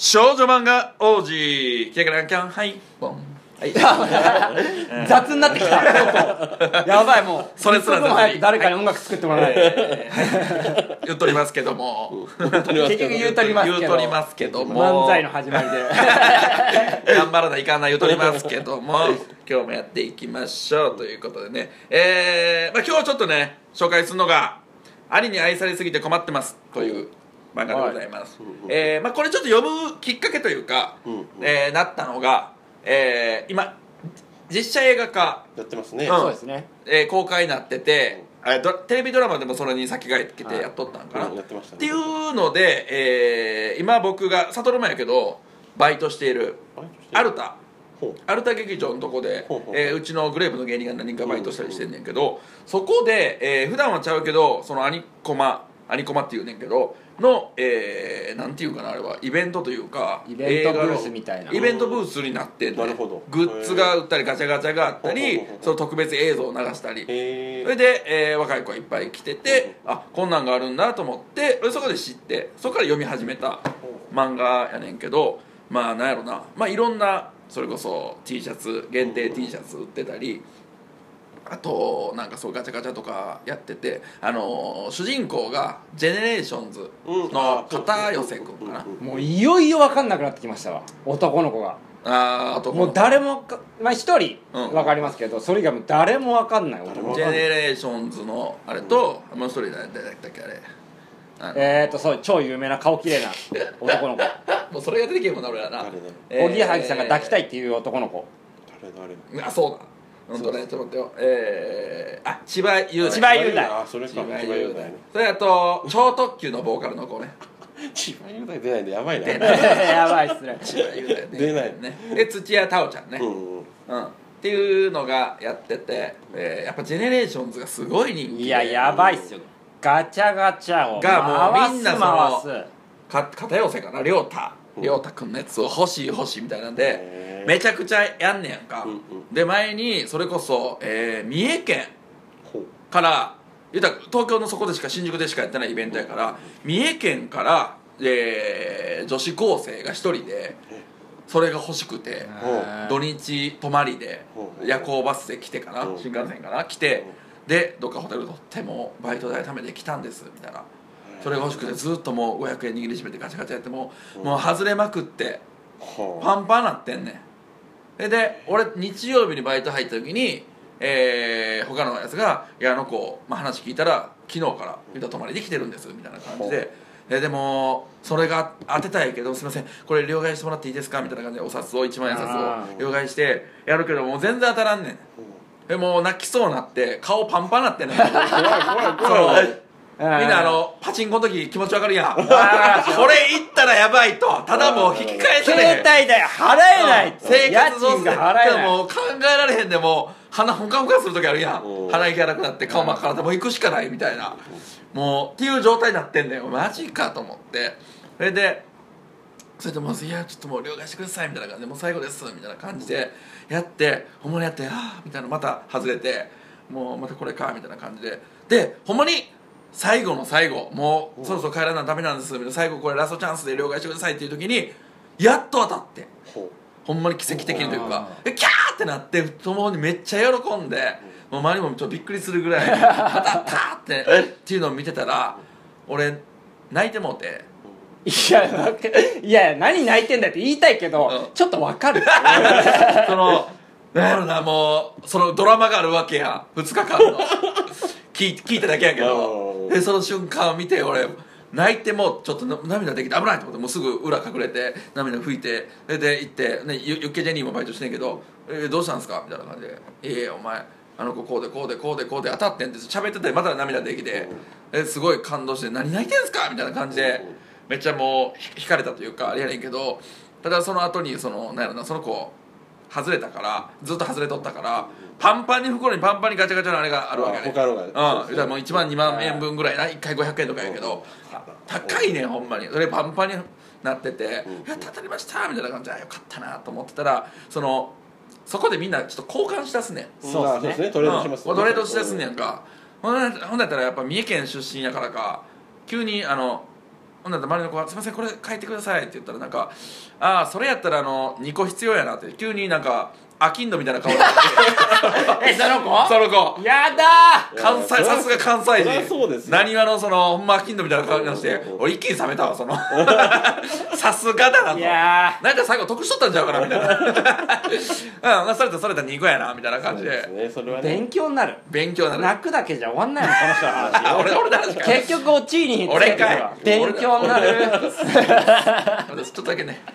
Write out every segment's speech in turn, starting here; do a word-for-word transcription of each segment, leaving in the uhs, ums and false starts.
少女漫画王子キャキャラキャンハイボン、はい、 雑になってきたやばい、もうそれすら一刻も早く誰かに音楽作ってもらわない、 えー、言っとりますけども結局言うとりますけど言うとりますけども漫才の始まりで頑張らないかんない言うとりますけども今日もやっていきましょうということでね、えーまあ、今日ちょっとね紹介するのが兄に愛されすぎて困ってますという漫画でございます、はい、えーまあ、これちょっと読むきっかけというか、うんうん、えー、なったのが、えー、今実写映画化やってますね、 うん、そうですね、 えー、公開になってて、うん、テレビドラマでもそれに先駆けてやっとったんかな、 はい、やってましたね、 っていうので、えー、今僕が悟る前やけどバイトしているアルタアルタ劇場のとこで、えー、うちのグレープの芸人が何人かバイトしたりしてんねんけど、そこで、えー、普段はちゃうけどそのアニコマアニコマっていうねんけどの、えー、なんていうかなあれはイベントというかイベントブースみたいなイベントブースになってんね、 なるほど、 グッズが売ったりガチャガチャがあったりその特別映像を流したりそれで、えー、若い子がいっぱい来ててあこんなんがあるんだと思ってそこで知ってそこから読み始めた漫画やねんけどまあなんやろな、まあ、いろんなそれこそ T シャツ限定 T シャツ売ってたりあとなんかそうガチャガチャとかやっててあのー、主人公がジェネレーションズの片寄君かな、 もういよいよ分かんなくなってきましたわ男の子がああもう誰もまあ一人分かりますけど、うん、それ以外も誰も分かんない男の子ジェネレーションズのあれと、うん、もう一人誰だったっけあれあえーとそう超有名な顔綺麗な男の子もうそれが出てけへんもんな俺らなおぎやはぎさんが抱きたいっていう男の子誰誰あそうだ本当ねちょっと待ってよえー、あ千葉雄大千葉雄大あそれか千葉雄大それあと超特急のボーカルの子ね千葉雄大出ないんでやばいなやばいっすね千葉雄大ね出ないねで土屋太鳳ちゃんねうん、うん、っていうのがやってて、えー、やっぱジェネレーションズがすごい人気でいややばいっすよガチャガチャをがもうみんなその回すか片寄せかな亮太亮太くんのやつを欲しい欲しいみたいなんでめちゃくちゃやんねやんか、うんうん、で前にそれこそ、えー、三重県から言うたら東京のそこでしか新宿でしかやってないイベントやから三重県から、えー、女子高生が一人でそれが欲しくて土日泊まりで夜行バスで来てかな新幹線かな来てでどっかホテル取ってもバイト代貯めて来たんですみたいなそれが欲しくてずっともうごひゃくえん握りしめてガチャガチャやってももう外れまくってパンパンなってんねんでで俺日曜日にバイト入った時に、えー、他のやつが「いやあの子、まあ、話聞いたら昨日から言うたら泊まりできてるんです」みたいな感じでででもそれが当てたいけどすいませんこれ両替してもらっていいですかみたいな感じでお札をいちまんえん札を両替してやるけどもう全然当たらんねんでもう泣きそうになって顔パンパンなってんねん怖い怖い怖いみんなあのパチンコの時気持ちわかるやんこれいったらやばいとただもう引き返せね携帯代払えない、うん、 生活どうする払えないもう考えられへんでもう鼻ほかほかする時あるやん鼻息荒くなって顔真っ赤なってもう行くしかないみたいなもうっていう状態になってんだよマジかと思ってそれでそれでもういやちょっともう両替してくださいみたいな感じでもう最後ですみたいな感じでやってほんまにやってああみたいなまた外れてもうまたこれかみたいな感じででほんまに最後の最後もうそろそろ帰らなダメなんですみたいな最後これラストチャンスで両替してくださいっていう時にやっと当たってほんまに奇跡的にというかキャーってなって太ももにめっちゃ喜んでもう周りもちょっとびっくりするぐらい当たったってっていうのを見てたら俺泣いてもうていやいや何泣いてんだって言いたいけど、うん、ちょっと分かるそのなんやろなもうそのドラマがあるわけやふつかかんの聞, 聞いただけやけどでその瞬間を見て俺泣いてもちょっと涙できて危ないと思ってもうすぐ裏隠れて涙拭いてでで行って、ね、ユッケジェニーもバイトしてんけど「えー、どうしたんですか?」みたいな感じで「いやいやお前あの子こうでこうでこうでこうで当たってん」って喋っててまた涙できてですごい感動して「何泣いてんすか?」みたいな感じでめっちゃもう惹かれたというかあれやねんけどただその後にそのなんやろなその子外れたからずっと外れとったからパンパンに袋にパンパンにガチャガチャのあれがあるわけね他のがうんだからもういちまんにまんえんぶんぐらいないっかいごひゃくえんとかやけど高いねんほんまにそれパンパンになってて「やった当たりました」みたいな感じでよかったなと思ってたらそのそこでみんなちょっと交換しだすねんそうですねトレードしますねトレードしだすねんかほんだったらやっぱ三重県出身やからか急にあのほんなら周りの子が「すいませんこれ書いてください」って言ったらなんか「ああそれやったらあのにこ必要やな」って急になんかアキンドみたいな顔になってえその子その子やだー関西さすが関西そりゃそうですよ人なにわのそのほんまアキンドみたいな顔になって俺一気に冷めたわそのさすがだなといやなんか最後得しとったんちゃうかなみたいなうんそれとそれとにこやなみたいな感じでそうですねそれはね勉強になる勉強になる泣くだけじゃ終わんないのこの人の話あ俺俺の話か結局オチにつけて俺かいるわ勉強になる私ちょっとだけね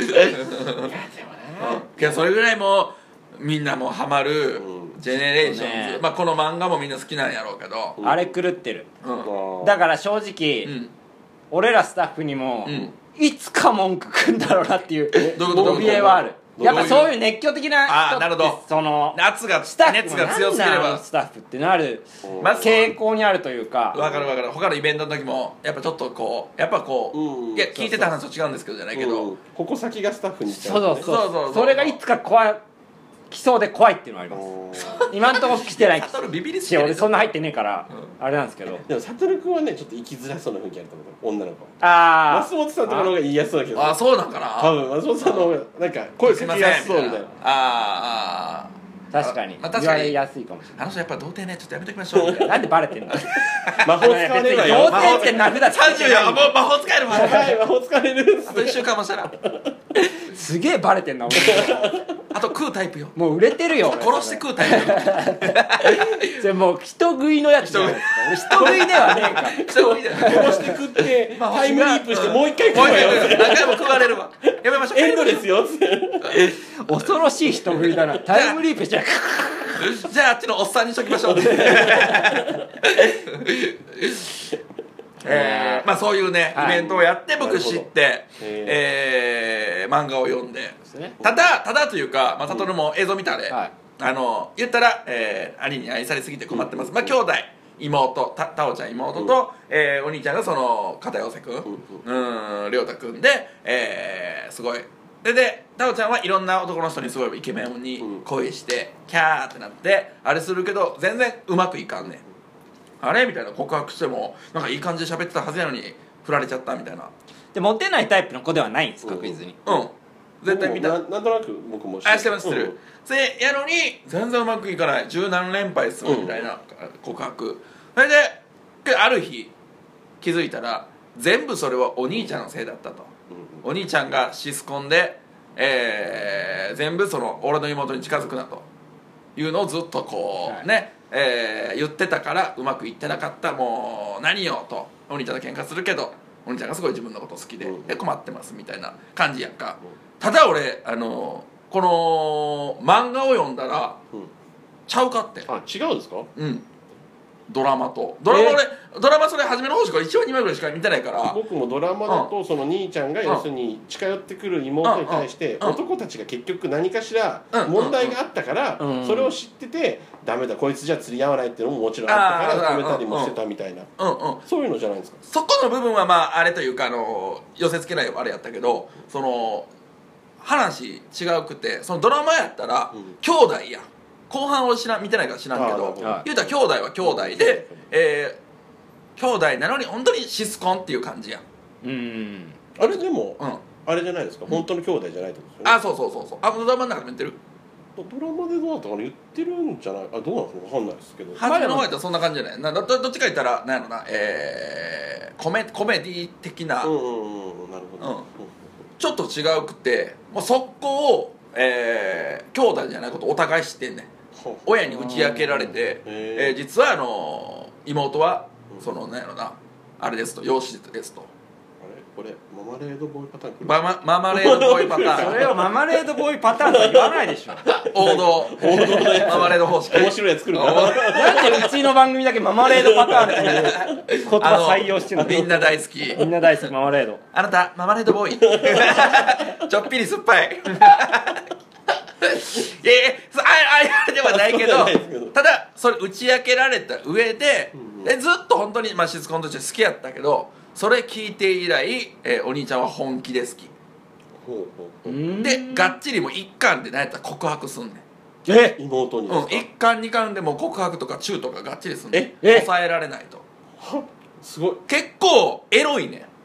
いやそれぐらいもうみんなもうハマるうんジェネレーションズ、 ねまあこの漫画もみんな好きなんやろうけどあれ狂ってるうんだから正直、 うん俺らスタッフにも、 うんいつか文句くんだろうなっていうどういうこと怯えはあるどういうやっぱそういう熱狂的な人ってあーなるほどその熱がスタッフ熱が強すぎればなんなんあのスタッフってなるまず傾向にあるというか分かる分かる他のイベントの時もやっぱちょっとこうやっぱこう、 うんいや聞いてた話と違うんですけどじゃないけど、 うんここ先がスタッフにしちゃそうそうねそうそうそうそうそれがいつか怖い来そうで怖いっていうのはありますうん今んとこ来てないサトルビビりすしぎる俺そんな入ってねえから、あれなんですけどでも悟君はねちょっと生きづらそうな雰囲気あると思う女の子あ松本さんとかの方が言いやすそうだけどああそうなんかな多分松本さんの方がなんか声かけやすそうみたいなああああ確かに、 まあ確かに言われやすいかもしれあの人やっぱ童貞ねちょっとやめときましょうみたいなないなんでバレてんの魔法使われるわ童よ貞って名札つさんじゅうやけてないもう魔法使えるもんはい魔法使われるんすあといっしゅうかんもしたらすげえバレてんな俺あと食うタイプよもう売れてるよ俺殺して食うタイプよそれもう人食いのやつじゃないですか人食いではねえから人食いだよ殺して食ってまあタイムリープしてもう一回食もう一うわよ回何回も食われるわやめましょうエンドレスよって恐ろしい人食いだなタイムリープしちゃうじゃああっちのおっさんにしときましょうえーまあそういうねはいイベントをやって僕知ってなるほどえー漫画を読んでですねただただというかまあ悟も映像見たではいあの言ったらえー兄に愛されすぎて困ってますまあ兄弟妹たたおちゃん妹とえーお兄ちゃんがその片寄君うん亮太君でえーすごいででたおちゃんはいろんな男の人にすごいイケメンに恋してキャーってなってあれするけど全然うまくいかんねんあれみたいな告白してもなんかいい感じで喋ってたはずやのに振られちゃったみたいなでモテないタイプの子ではないんです確実にうん絶対見たななんとなく僕もあしてます知ってうんるそれやのに全然うまくいかない十何連敗するみたいな告白それでである日気づいたら全部それはお兄ちゃんのせいだったとお兄ちゃんがシスコンで、えー全部その俺の妹に近づくなというのをずっとこう、 はいね、えー言ってたからうまくいってなかったもう何よとお兄ちゃんと喧嘩するけどお兄ちゃんがすごい自分のこと好きで,、 うんで困ってますみたいな感じやんか、ただ俺あのこの漫画を読んだらうんちゃうかってあ違うんですかうんドラマとドラマ俺、ドラマそれ初めの方しかいちわにわぐらいしか見てないから僕もドラマだとその兄ちゃんが要するに近寄ってくる妹に対してうんうん男たちが結局何かしらうん問題があったからうんそれを知っててダメだこいつじゃ釣り合わないっていうのももちろんあったからあー止めたりもしてたみたいなうんうんそういうのじゃないですかそこの部分はまああれというかあの寄せ付けないあれやったけどその話違うくてそのドラマやったら、 うん兄弟や後半を知らん見てないから知らんけどあーなるほど言うたら兄弟は兄弟で、えー、兄弟なのに本当にシスコンっていう感じやんうんあれでもうんあれじゃないですか本当の兄弟じゃないってことですよねあそうそうそうそうあドラマの中でも言ってるドラマでどうだったかな言ってるんじゃないあどうなんですか分かんないですけど初めの方やったらそんな感じじゃないなどどどっちか言ったらなんやろなえー、コメコメディ的な、 うんうんうんなるほど、 うんちょっと違うくてもう速攻を、えー、兄弟じゃないことお互い知ってんねんほう親に打ち明けられて、 へーえー実はあの妹はそのなんやろなあれですと養子ですとあれこれママレードボーイパターン来るママママレードボーイパタそれーンをママレードボーイパターンとは言わないでしょ王道ママレード方式面白いやつ来るかおらなんでうちの番組だけママレードパターンっていう言葉採用してるのみんな大好きみんな大好きママレードあなたママレードボーイちょっぴり酸っぱいいやいやそあああれではないけどそうじゃないですけどただそれ打ち明けられた上で,、 うんでずっと本当にまあシスコンとして好きやったけどそれ聞いて以来、えーお兄ちゃんは本気で好きほうほうほううんでがっちりもう一巻で何やったら告白すんねんえ妹にですか、 うん、一巻二巻でもう告白とかチューとかがっちりすんねんええ抑えられないとはすごい結構エロいねん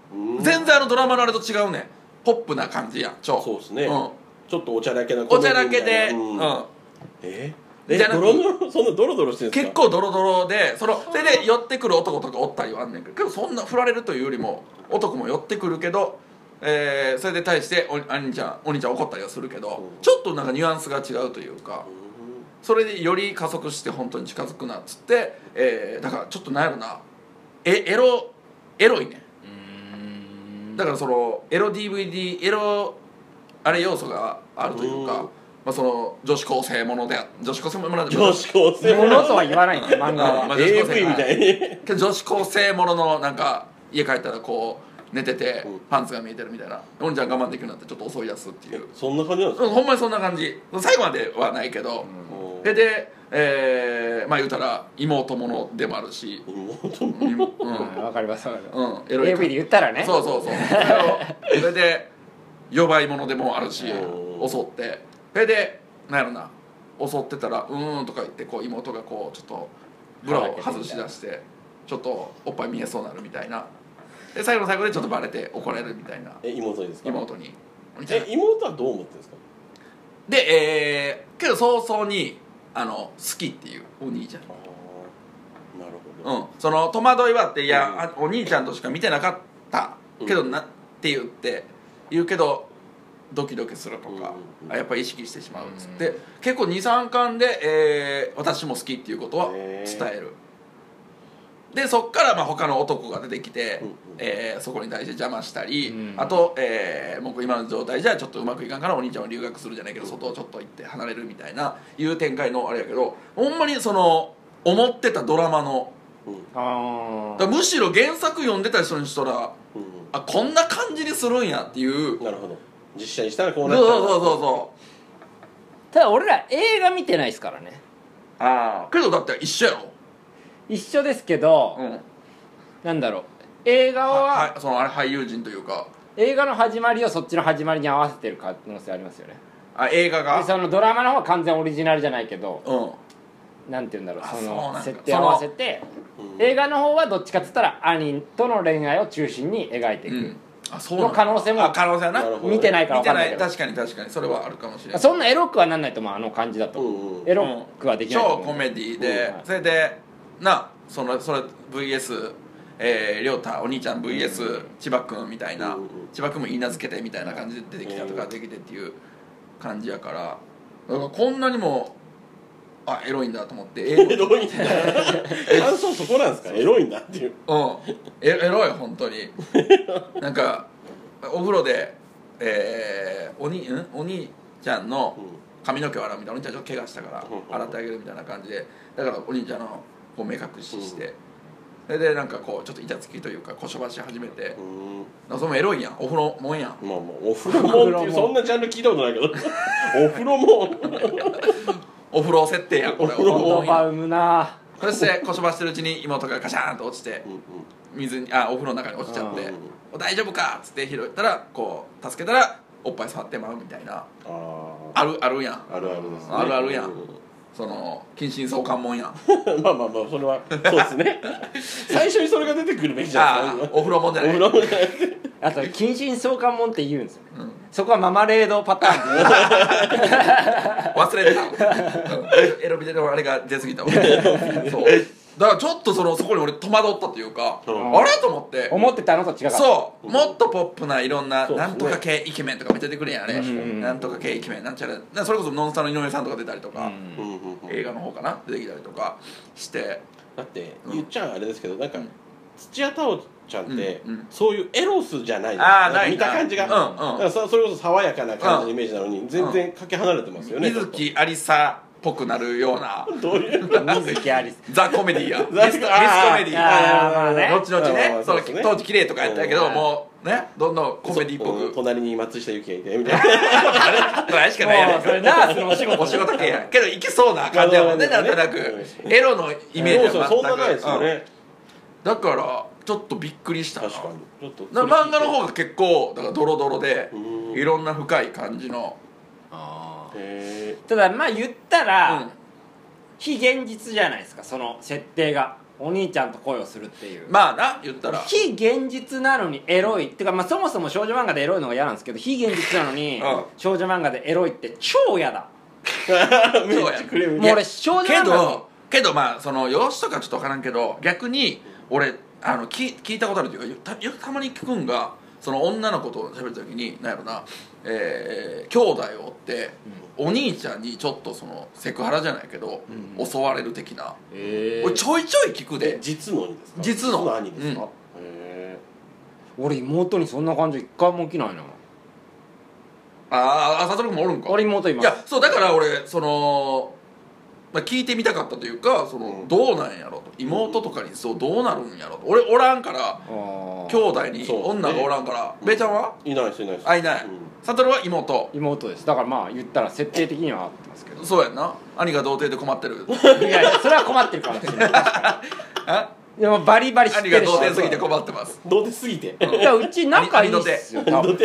全然あのドラマのあれと違うねん。ポップな感じやん超。 そうですね、 うん、 ちょっとおちゃらけなおちゃらけで、うん、うん、 えー、でドロドロそんなドロドロしてるんですか。 結構ドロドロで、そのそれで寄ってくる男とかおったりはあんねんけど、けどそんな振られるというよりも男も寄ってくるけど、えー、それで対してお兄ちゃんお兄ちゃん怒ったりはするけど、うん、ちょっとなんかニュアンスが違うというか、うん、それでより加速して本当に近づくなっつって、えー、だからちょっとなんやろな、えエロエロいね。だからそのエロ ディーブイディー エロあれ要素があるというか、まあ、その女子高生もので女子高生もので女子高生ものとは言わないんです漫画は、 まあ、エーブイ みたいにけど女子高生もののなんか家帰ったらこう寝ててパンツが見えてるみたいな、お兄ちゃん我慢できるようになってちょっと襲い出すっていう、 そんな感じなんですか。 ほんまにそんな感じ、最後まではないけど、うん、でで、えー、まあ言うたら妹ものでもあるし、 妹もの、 うん、分かります分かります、 うん、エロいエーブイ で言ったらね、 そうそうそうそれで予売ものでもあるし、襲ってそれでなんやろな、襲ってたら「うーん」とか言ってこう妹がこうちょっとブラを外し出してちょっとおっぱい見えそうになるみたいな、で最後の最後でちょっとバレて怒られるみたいな。 え妹にですか。 妹に。 え妹はどう思ってるんですか。 でえー、けど早々にあの好きっていうお兄ちゃん。 ああなるほど。 うん、その戸惑いはあって、いや、うん、お兄ちゃんとしか見てなかったけどな、うん、って言って言うけどドキドキするとか、うんうんうん、あやっぱり意識してしまうっつって、うん、結構にさんかんで、えー、私も好きっていうことは伝える。でそっからまあ他の男が出てきて、うんうん、えー、そこに対して邪魔したり、うん、あと、えー、僕今の状態じゃちょっとうまくいかんからお兄ちゃんは留学するじゃないけど外をちょっと行って離れるみたいないう展開のあれやけど、ほんまにその思ってたドラマの、うん、あだむしろ原作読んでた人にしたら、うん、あこんな感じにするんやっていう。 なるほど、実写にしたらこうなっちゃう。 そうそうそうそうただ俺ら映画見てないですからね。 ああけどだって一緒やろ。 一緒ですけど、うん、なんだろう映画は、 ははそのあれ俳優陣というか映画の始まりをそっちの始まりに合わせてる可能性ありますよね。 あ映画がでそのドラマの方は完全オリジナルじゃないけど、うん、なんて言うんだろうその設定を合わせて、うん、映画の方はどっちかっつったら兄との恋愛を中心に描いていく、うん、あそうの可能性もあ可能性はな見てないから分かんないけど、 確かに確かにそれはあるかもしれない。 そんなエロくはなんないと思う、あの感じだと、うんうん、エロくはできないと思う、 超コメディで、うん、それでなそのそれ ブイエス えー、亮太お兄ちゃん ブイエス 千葉君みたいな、うん、千葉君も言い名付けてみたいな感じで出てきたとかできてっていう感じやから、だからこんなにもあエロいんだと思ってエロいんだ感想そこなんですか、エロいんだっていう。 うんエエロい本当になんかお風呂で、えー、お, にんお兄ちゃんの髪の毛を洗うみたいな、お兄ちゃんちょっと怪我したから洗ってあげるみたいな感じで、だからお兄ちゃんのこう目隠しして、うん、それでなんかこうちょっとイチャつきというかこしょばし始めて、うん、それもエロいやん、お風呂もんやん。 まあまあお風呂もんっていうそんなジャンル聞いたことないけどお風呂もんお風呂設定やんこれ。お風呂もんや生むな。 そしてこしょばしてるうちに妹がカシャーンと落ちて、水にあお風呂の中に落ちちゃって、うん、大丈夫かっつって拾ったらこう助けたらおっぱい触ってまうみたいな、ああるあるやん、 あるあるですね、 あるあるやん、うん、その近親相関もんやんまあまあまあそれはそうですね最初にそれが出てくるべきじゃないですか。 お風呂もんじゃない、お風呂もんじゃないあと近親相関もんって言うんですよ、うん、そこはママレードパターンで忘れてたエロビデのあれが出過ぎたわそうだからちょっとそのそこに俺戸惑ったというか、うん、あれと思って思ってたのと違う。 そう、うん、もっとポップないろんな、ね、なんとか系イケメンとかめっちゃ出てくるやんあれ、うん、なんとか系イケメンなんちゃらそれこそノンスタの井上さんとか出たりとか、うん、映画の方かな出てきたりとかしてだって言っちゃうあれですけどなんか、うん、土屋太鳳ちゃんって、うんうん、そういうエロスじゃないじゃないですか、見た感じが、うんうん、だからそれこそ爽やかな感じのイメージなのに、うん、全然かけ離れてますよね。 水木有沙っぽくなるようなどういう水木有沙ザ・コメディやミスコメディあ、ね、 後々ね、その当時綺麗とかやったけど、もうねどんどんコメディっぽく隣に松下由紀がいてみたいなあれしかないやん、 それナースのお仕事お仕事系やけどいけそうな感じやもんね、なんとなくエロのイメージは全くそんなないですよね。 だからちょっとびっくりしたな。 確かにちょっと漫画の方が結構だからドロドロでいろんな深い感じの。 あへただまあ言ったら、うん、非現実じゃないですかその設定が。 お兄ちゃんと恋をするっていうまあな言ったら非現実なのにエロいっていうか、まあ、そもそも少女漫画でエロいのが嫌なんですけど非現実なのに少女漫画でエロいって超嫌だめっちゃクレームもう俺少女漫画けどけどまあその容姿とかちょっと分からんけど逆に俺あの聞聞いたことあるというかたたまに聞くんがその女の子と喋る時に何やろな、えー、兄弟を追って、うん、お兄ちゃんにちょっとそのセクハラじゃないけど、うん、襲われる的な、えー、俺ちょいちょい聞くで実の兄ですか実の実の兄ですか、うん、 へー俺妹にそんな感じ一回も起きないなああ、悟君もおるんか俺妹いますいや、そうだから俺その、まあ、聞いてみたかったというかその、うん、どうなんやろと妹とかにそうどうなるんやろと俺おらんから兄弟に女がおらんからべーちゃんはいないですいないですあいない悟は妹妹ですだからまあ言ったら設定的には合ってますけどそうやんな兄が童貞で困ってるいやいやそれは困ってるかもしれないあでもバリバリ知ってるし兄が童貞すぎて困ってます童貞すぎていやうち仲いいっすよ多分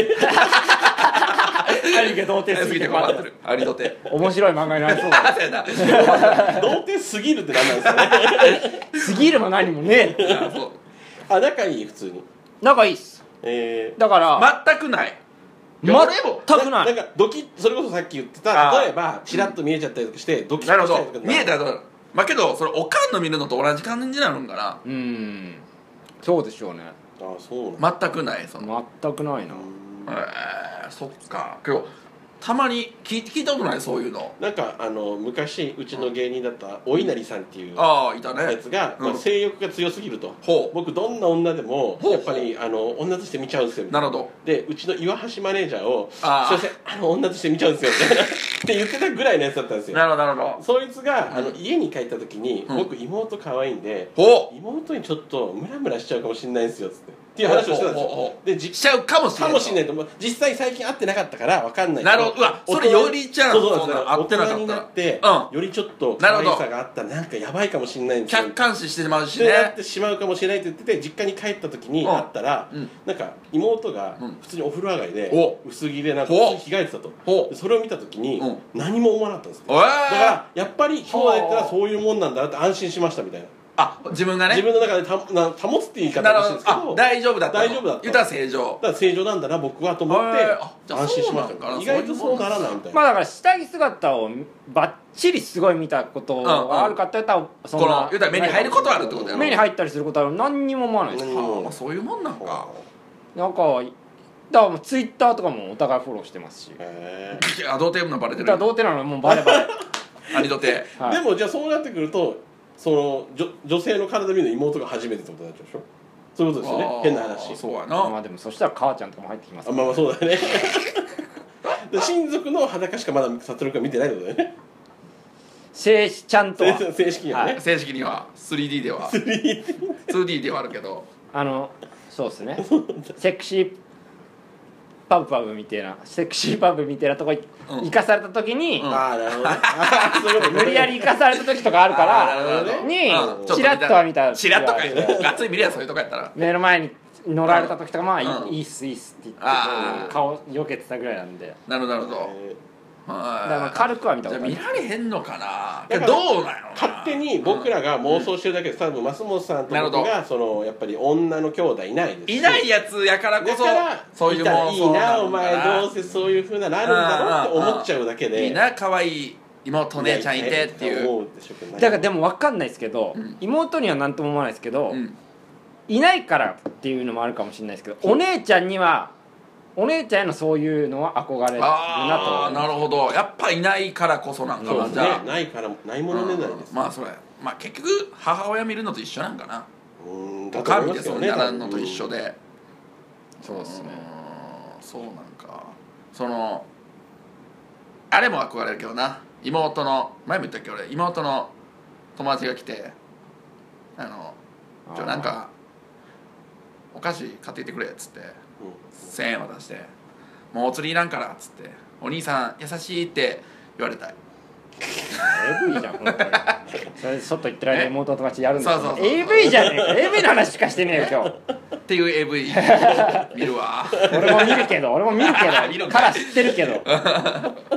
兄が童貞すぎて困ってる兄童貞面白い漫画になりそうだ童貞すぎるって何なんですかねすぎるも何もねえあそうあ仲いい普通に仲いいっす、 えー、 だから全くない全くないなんかドキそれこそさっき言ってた例えばチラッと見えちゃったりとかしてドキッとしたりとか見えたらまあけどそれおかんの見るのと同じ感じになるんかなうんそうでしょうねああそうなん全くないその全くないなえー、そっかけどたまに聞い聞いたことないそういうのなんかあの昔うちの芸人だったお稲荷さんっていうああいたねやつが、 うんまあ、性欲が強すぎるとほう僕どんな女でもやっぱりあの女として見ちゃうんですよなるほどでうちの岩橋マネージャーを「すいあませんあの女として見ちゃうんですよ」って言ってたぐらいのやつだったんですよなるほどなるほどそいつが、 うん、 あの家に帰った時に、うん、僕妹可愛いんでほう妹にちょっとムラムラしちゃうかもしれないんですよっつってっていう話をしてたんですよでしちゃうかもしれないかもしれないと実際最近会ってなかったから分かんないけどなるほどうわそれよりちゃうそうそうそう会ってなかった大人になって、 うん、 よりちょっと可愛さがあったらなんかやばいかもしれないんですよ客観視してしまうしねってなってしまうかもしれないって言ってて実家に帰った時に会ったら、うん、なんか妹が普通にお風呂上がりで薄着でなんか普通に着替えてたとそれを見た時に何も思わなかったんですよだからやっぱり兄弟ってのはそういうもんなんだなって安心しましたみたいなあ自分がね自分の中でたな保つっていう言い方をしてるんですけど大丈夫だった大丈夫だった言ったら正常だから正常なんだな僕はと思って安心しました意外とそうならないみたいなまあだから下着姿をバッチリすごい見たことがあるかって言ったらそんなこの言ったら目に入ることあるってことやろ目に入ったりすることは何にも思わないですはあそういうもんなんかなんかだからツイッターとかもお互いフォローしてますしへえ童貞もバレてるだから童貞なのもうバレバレ兄童貞、 はい、でもじゃあそうなってくるとその女, 女性の体見るの妹が初めてってことになっちゃうでしょそういうことですよね変な話そうやなまあでもそしたら母ちゃんとかも入ってきます、 ね、あまあまあそうだね親族の裸しかまだ悟君は見てないってことだよね正式ちゃんとは正式にはね、 はい、正式には スリーディー ではスリーディーツーディー ではあるけどあのそうですねセクシーパブパブみたいなセクシーパブみたいなとこ行かされた時に、 うん、ああなるほどね無理やり行かされた時とかあるからにチラッとは見たチラッとかがっつり見るやんそういうとこやったら目の前に乗られた時とかまあいい、いいっすいいっすって言って顔避けてたぐらいなんでなるほどなるほどだから軽くは見たことない。見られへんのかな。どうなんやろな。 勝手に僕らが妄想してるだけで、多分増本さんと僕がそのやっぱり女の兄弟いないですし、 いないやつやからこそそういう妄想いいなお前どうせそういう風ななるんだろうって思っちゃうだけで、 いいな可愛い妹姉ちゃんいてっていう。 だからでも分かんないですけど、妹には何とも思わないですけど、いないからっていうのもあるかもしれないですけど、お姉ちゃんにはお姉ちゃんへのそういうのは憧れるなと。 ああなるほど。やっぱいないからこそなんかな。 じゃあないからないものねだりです。 まあそれまあ結局母親見るのと一緒なんかな。 うんおかみでそうならんのと一緒で。 そうですね。 そうなんかそのあれも憧れるけどな。妹の前も言ったっけ俺妹の友達が来てあのちょなんかお菓子買ってきてくれっつって。せんえん渡して「もうお釣りいらんから」っつって「お兄さん優しい」って言われたい。 エーブイ じゃん本当にそれ外行ってる間妹の友達やるんですよ。 そうそうそうエーブイ じゃねえか。 エーブイ の話しかしてねえよ今日っていう エーブイ 見るわ俺も見るけど俺も見るけどから知ってるけど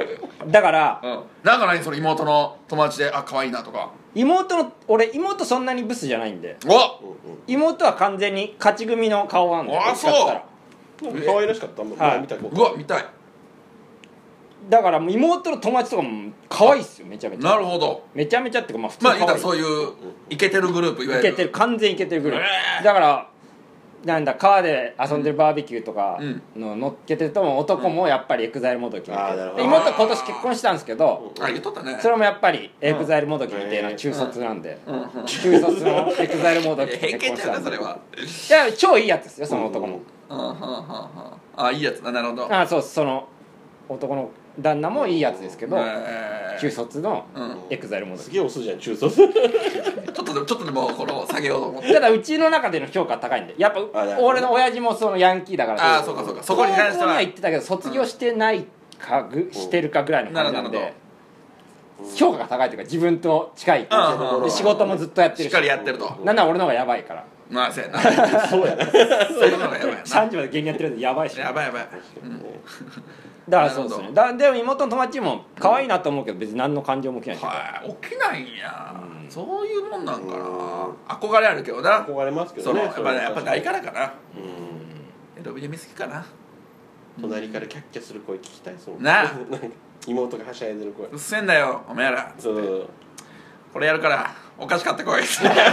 だから、 うん、なんか何その妹の友達であ可愛いなとか。 妹の俺妹そんなにブスじゃないんで、 お妹は完全に勝ち組の顔なんで。 あそう可愛らしかった。 はい、見たうわ見たい。 だからもう妹の友達とかも可愛いっすよ、めちゃめちゃ。 なるほど。 めちゃめちゃっていうか、まあ普通に可愛い。 まあ言ったらそういうイケてるグループ、いわゆるイケてる、完全イケてるグループ、えー、だからなんだ川で遊んでるバーベキューとかの乗っけてるとも男もやっぱりエグザイルもどきみたいな、うん、妹は今年結婚したんですけど、 あ言っとったね、 それもやっぱりエグザイルもどきみたいな中卒なんで、うんうん、中卒のエグザイルもどきと結婚したんで、いや超いいやつですよその男も、 うんうんうんうん、あいいやつ、なるほど。 あそうその男の旦那もいいやつですけど、 えー、 中卒のエグザイルもどき、 すげえ押すじゃん中卒ちょっとでもちょっとでもこの下げようと思って。 ただうちの中での評価高いんで、やっぱ俺の親父もそのヤンキーだから、 ああそうかそうか、そこに関しては高校には行ってたけど卒業してないかぐ、うん、してるかぐらいの感じなんで、評価が高いというか自分と近いっていうで仕事もずっとやってるし、 しっかりやってると、 なんなら俺の方がやばいから、 まあそうやなそうやなそういうのがやばいな、 さんじまで芸人やってるんでやばいし、 やばいやばい、うん、 だからそうですね。だでも妹の友達も可愛いなと思うけど別に何の感情も起きないし、 はい起きないんや、うん、そういうもんなんかな、憧れあるけどな、 憧れますけどね、 やっぱねやっぱないからかな、うんエロビデ見好きかな、 隣からキャッキャする声聞きたいそうな妹がはしゃいでる声、 うっせんだよお前ら、そうこれやるからお菓子買ってこい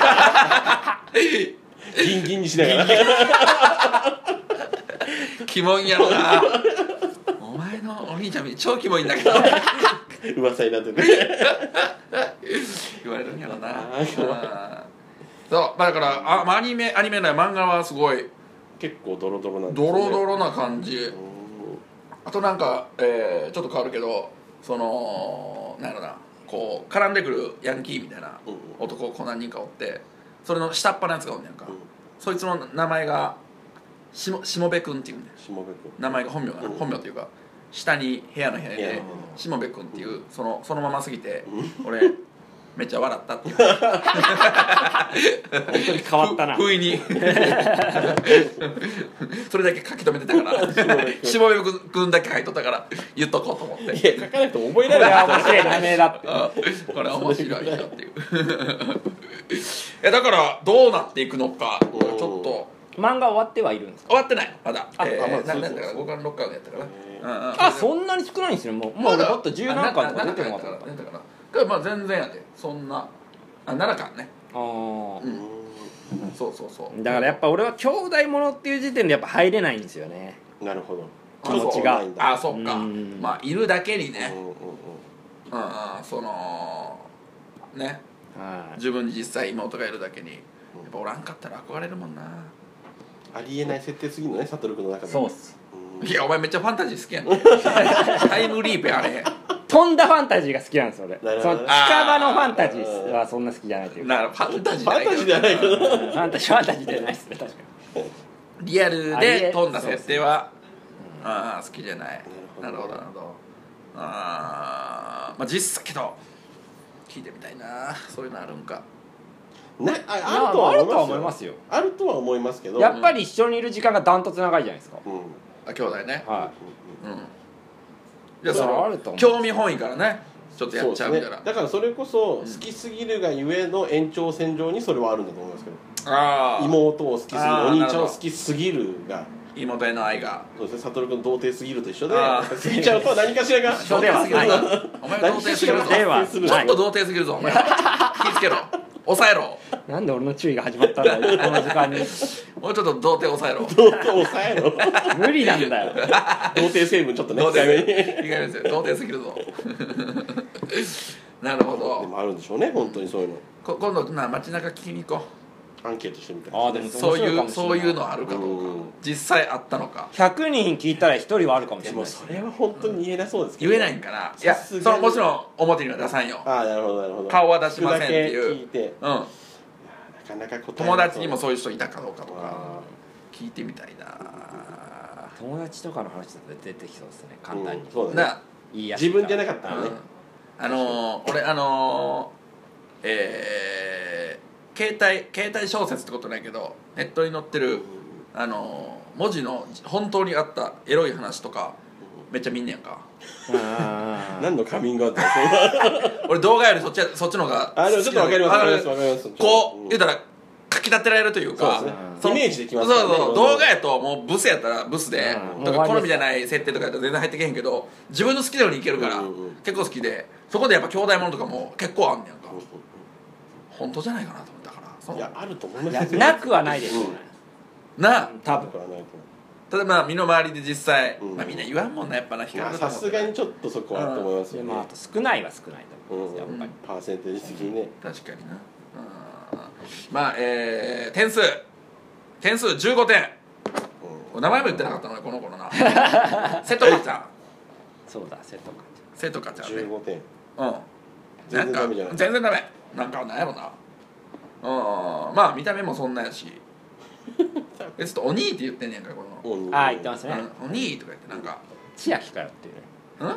ギンギンにしながらキモいんやろなお前のお兄ちゃん超キモいんだけど噂になってて言われるんやろなあそうだからあアニメアニメの漫画はすごい結構ドロドロなんですね、 ドロドロな感じ。あとなんか、えー、ちょっと変わるけどそのなんやろなこう絡んでくるヤンキーみたいな男こう何人かおって、それの下っ端のやつがおんねんか、うん、そいつの名前がしもしもべくんっていうんだよ、 しもべくん名前が本名かな、うん、本名っていうか下に部屋の部屋でしもべくんっていう、そのそのまますぎて、うん、俺めっちゃ笑ったっていう本当に変わったな不意にそれだけ書き留めてたからしもべくんだけ書いとったから言っとこうと思って、 いや書かないと覚えられない面白い名前だってこれ面白いなっていうえだからどうなっていくのかちょっと漫画終わってはいるんですか？ 終わってないまだ、 あ、えー、 まあ、何だからごかんろっかんやったから、 うんうん、あそんなに少ないんですね。もうもう俺もっとじゅうなんかんとか出てなかったからだからまあ全然やでそんなあななかんね、 ああ、 うん、そうそうそうだからやっぱ俺は兄弟ものっていう時点でやっぱ入れないんですよね。 なるほど気持ちがあそっかまあいるだけにね、 うんうんうん、 そのね自分に実際妹がいるだけにやっぱおらんかったら憧れるもんな。 ありえない設定すぎるのねサトル君の中で。 そうっす、 うん、いやお前めっちゃファンタジー好きやんタイムリープやあれ飛んだファンタジーが好きなんです俺。その近場のファンタジーはそんな好きじゃないというか。 なるファンタジーファンタジーじゃないけどファンタジーファンタジーじゃないですね確かに。 リアルで飛んだ設定はあ好きじゃない。なるほどなるほど。あまあ実際けど聞いてみたいなそういうのあるんか。 ね、あ, あるとは思いますよ。 あるとは思いますけどやっぱり一緒にいる時間がダントツ長いじゃないですか、 うん、あ兄弟ね、 はい、 うん、じゃあその興味本位からねちょっとやっちゃうみたいな、 ね、だからそれこそ好きすぎるがゆえの延長線上にそれはあるんだと思いますけど、 あ妹を好きすぎるお兄ちゃんを好きすぎるが妹への愛がそうですね悟君童貞すぎると一緒で好きちゃうと何かしらが一緒ではないお前童貞すぎるぞちょっと童貞すぎるぞお前気ぃつけろ抑えろ。 なんで俺の注意が始まったんだよこの時間に。 もうちょっと童貞抑えろ童貞抑えろ無理なんだよ童貞成分ちょっとね童貞ですよ童貞すぎるぞなるほど。 でもあるんでしょうね本当にそういうの。 こ今度な街中聞きに行こうアンケートしてみたい。 あでもそういうそういうのあるかどうか実際あったのか。 ひゃくにん聞いたらひとりはあるかもしれない。 でもそれは本当に言えなそうですけど、 言えないんかな。いやそのもちろん表には出さんよ。 あなるほどなるほど。 顔は出しませんっていう。 聞いてうん。 なかなか友達にもそういう人いたかどうかとか聞いてみたいな。 友達とかの話だと出てきそうですね簡単に、 うん、そうだね、 いいや自分じゃなかったらね、 うん、あのー、俺あのー、えー、携帯携帯小説ってことないけどネットに載ってる、あのー、文字の本当にあったエロい話とかめっちゃ見んねやんか。 何のカミングアウト俺動画よりそっちそっちの方があでもちょっと分かります分かります分かります。 こう言うたらかき立てられるというか、 イメージできますからね。 そうそう、動画やともうブスやったらブスでとか好みじゃない設定とかやったら全然入ってけへんけど、自分の好きなようにいけるから結構好きで、そこでやっぱ兄弟ものとかも結構あんねやんか。本当じゃないかなと思ったから。 いやあると思います。 なくはないですよね。 な多分。 ただまあ身の回りで実際まあみんな言わんもんなやっぱな。 さすがにちょっとそこはあると思いますよね。 まあ少ないは少ないと思いますやっぱり。 パーセンテージ的にね。 確かにな。まあえー、点数点数じゅうごてん、うん、名前も言ってなかったのねこの子のな瀬戸かちゃん。 そうだ瀬戸かちゃん瀬戸かちゃんね。 じゅうごてん。 うん全然ダメじゃない。 全然ダメ。なんかなんやろな。うんまあ見た目もそんなやしえちょっとお兄って言ってんねんかこの。 ああ言ってますね。 お兄とか言ってなんか千秋かよっていうね。 ん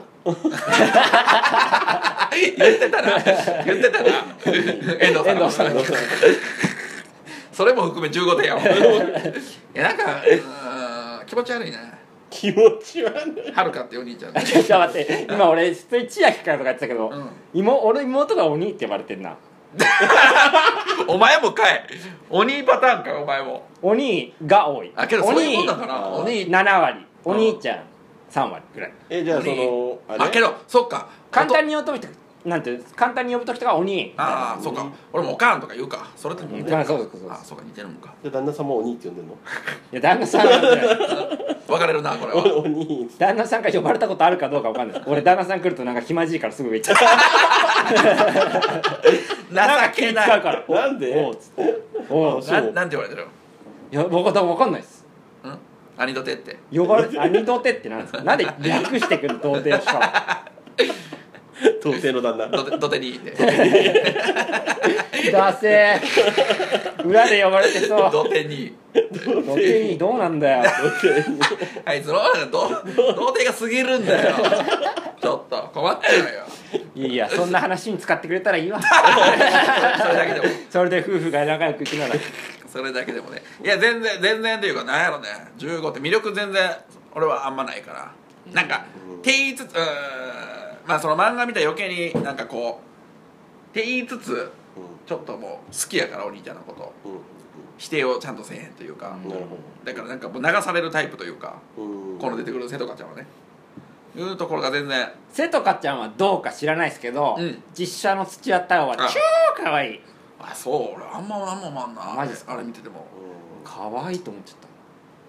言ってたな言ってたな遠藤さんそれも含めじゅうごてんやもん。いやなんか気持ち悪いな。 気持ち悪い。 はるかってお兄ちゃん。 ちょっと待って今俺普通に千秋かよとか言ってたけど、うん、妹俺妹がお兄って呼ばれてんな。 お前もかい。お兄パターンかお前も。 お兄が多い。 あけどそういうもんだから。 お兄ななわりお兄ちゃんさんわりぐらい。 えじゃあそのあけどそっか簡単に呼ぶ時とかなんて簡単に呼ぶ時とかお兄。 ああそうか俺もおかんとか言うかそれとも。 あそうそうそう。 あそうか似てるもんか。 じゃ旦那さんもお兄って呼んでんの。 いや旦那さん分かれるなこれは。 お兄旦那さんから呼ばれたことあるかどうか分かんないです。俺旦那さん来るとなんかひまじいからすぐ言っちゃう。 情けない。 なんでおうつっておうなんなんて言われてる。 いや僕は分かんないです。 ん兄どてって呼ばれて兄どてってなんですか。なんで略してくる童貞しか童貞の旦那どてどてにってダセー裏で呼ばれてそう。 どてに童貞にどうなんだよ。 あいつの童貞が過ぎるんだよ。ちょっと困っちゃうよ。 いやいやそんな話に使ってくれたらいいわ。 それだけでもそれで夫婦が仲良くいくならそれだけでもね。いや全然全然っていうかなんやろねじゅうごって魅力全然俺はあんまないからなんかって言いつつうーんまあその漫画見たら余計になんかこうって言いつつちょっともう好きやからお兄ちゃんのこと、うん、否定をちゃんとせえへんというか、うん、だからなんかもう流されるタイプというか、うん、この出てくる瀬戸かちゃんはねいうところが全然瀬戸かちゃんはどうか知らないですけど、うん、実写の土屋太鳳は超かわいい。 あそう俺あんまあんま思わんなマジですか。 あれ見ててもかわいいと思っちゃった。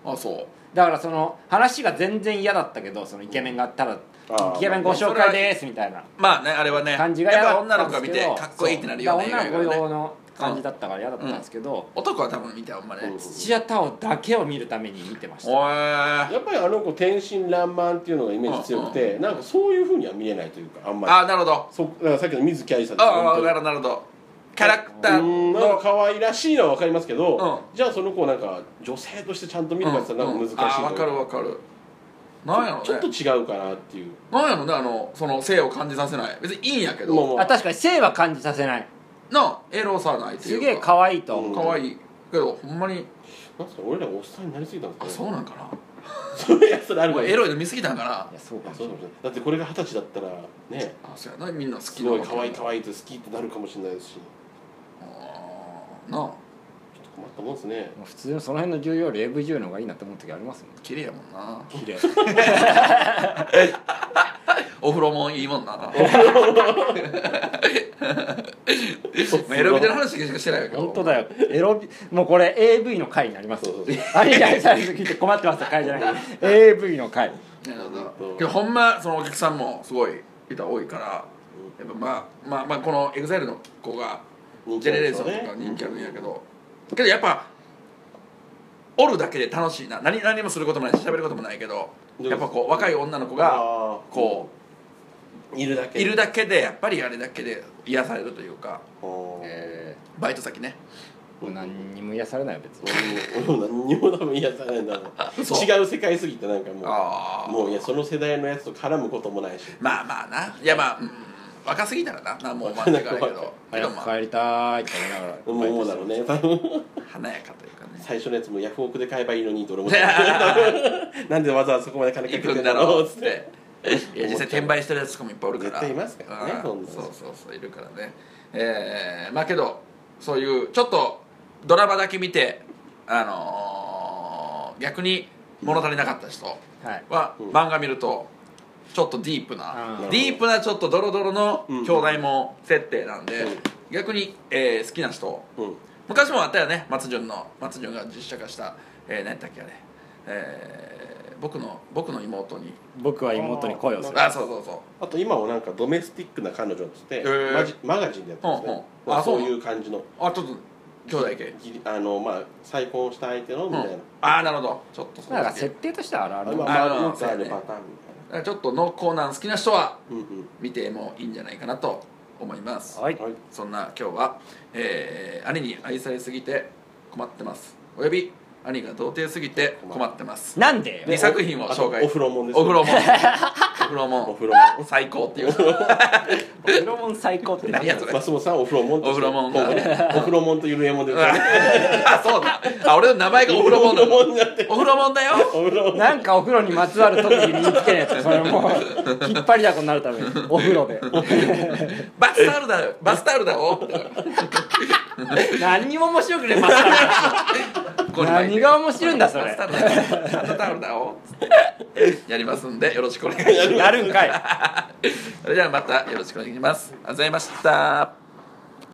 あそうだからその話が全然嫌だったけどそのイケメンがただイケメンご紹介ですみたいなまあねあれはね感じが嫌だった女の子が見てかっこいいってなるような映画女の子用の感じだったから嫌だったんですけど、 うん、男は多分見てあんまね土屋太鳳だけを見るために見てました。 やっぱりあの子天真爛漫っていうのがイメージ強くて、うんうん、なんかそういうふうには見えないというかあんまりあなるほどそだからさっきの水木愛さんですああなるほどなるほどキャラクターのなんか可愛らしいのは分かりますけど、うん、じゃあその子をなんか女性としてちゃんと見るかって言ったらなんか難しいと、うん、 あ分かる分かるなんやろねちょっと違うかなっていうなんやろねあのその性を感じさせない別にいいんやけどあ確かに性は感じさせないなエロさないっていうかすげえ可愛いと可愛いけどほんまになんか俺らおっさんになりすぎたんですかね。 あそうなんかなそういうやつあるからエロいの見すぎたんかな。いやそうかそうだってこれが二十歳だったらねあそうやなみんな好きなすごい可愛い可愛いって好きってなるかもしれないですしあなあ困ったもんですね。 普通のその辺の重要より エーブイ 女優の方がいいなって思う時ありますもん。 綺麗やもんな綺麗お風呂もいいもんなエロビデの話しかしてないよ本当だよエロビもうこれ エーブイ の回になりますあれやさん聞いて困ってます回じゃない エーブイ の回なるほどけどほんまそのお客さんもすごい人多いからやっぱまあまあまあこの エグザイル の子がジェネレーションとか人気あるんやけどけどやっぱおるだけで楽しいな 何, 何もすることもないし喋ることもないけどやっぱこう若い女の子がこういるだけいるだけでやっぱりあれだけで癒されるというか、えー、バイト先ね何にも癒されないよ別に何にも多分癒されないんだろう違う世界すぎてなんかもうもういやその世代のやつと絡むこともないしまあまあないやまあ、うん、 若すぎたらな何も思わないからけど早く帰りたいって言いながら思うだろうね華やかというかね最初のやつもヤフオクで買えばいいのにって俺思ってなんでわざわざそこまで金かけてるんだろうっつっていや実際転売してるやつとかもいっぱいおるから絶対いますからねそうそうそういるからねえー、まあけどそういうちょっとドラマだけ見てあのー、逆に物足りなかった人は漫画見るとちょっとディープな、うん、ディープなちょっとドロドロの兄弟も設定なんで、うん、逆に、えー、好きな人、うん、昔もあったよね松潤の松潤が実写化した、えー、何やったっけあれ、えー、僕の僕の妹に僕は妹に恋をするあそうそうそうあと今もなんかドメスティックな彼女っつって、えー、マジマガジンでやってますね、うんうん、あそういう感じのあちょっと兄弟系あのまあ再婚した相手のみたいな、うん、 ああなるほどちょっとそうなんか設定としてはあるあるまあよくあるパターンみたいなちょっと濃厚なん好きな人は見てもいいんじゃないかなと思います、 はい、 そんな今日は、えー、兄に愛されすぎて困ってますおよび兄が童貞すぎて困ってますなんでにさく品を紹介お風呂もんですお風呂もんお風呂もんお風呂もん最高っていうお風呂もん最高って何やそれ松本さんお風呂もんお風呂もんお風呂もんとゆるえもんであそうだあ俺の名前がお風呂もんだお風呂もんだよなんかお風呂にまつわる特技身につけるやつそれも引っ張りだこになるためにお風呂でバスタオルだよバスタオルだよ何にも面白くねバスタオル何が面白いんだそれバスタオルだよバスタオルだよやりますんでよろしくお願いしますやるんかいそれではまたよろしくお願いしますありがとうございました。